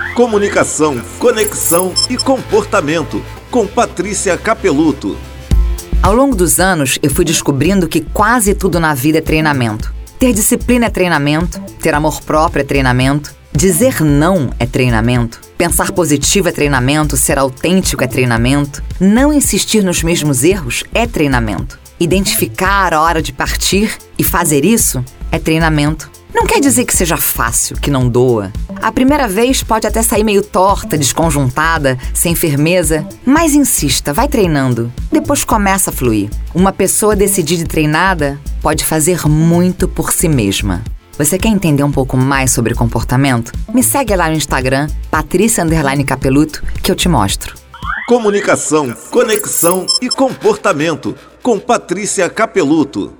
Comunicação, conexão e comportamento, com Patrícia Capeluto. Ao longo dos anos, eu fui descobrindo que quase tudo na vida é treinamento. Ter disciplina é treinamento, ter amor próprio é treinamento, dizer não é treinamento, pensar positivo é treinamento, ser autêntico é treinamento, não insistir nos mesmos erros é treinamento, identificar a hora de partir e fazer isso é treinamento. Não quer dizer que seja fácil, que não doa. A primeira vez pode até sair meio torta, desconjuntada, sem firmeza, mas insista, vai treinando. Depois começa a fluir. Uma pessoa decidida e treinada pode fazer muito por si mesma. Você quer entender um pouco mais sobre comportamento? Me segue lá no Instagram, Patrícia_Capeluto, que eu te mostro. Comunicação, conexão e comportamento, com Patrícia Capeluto.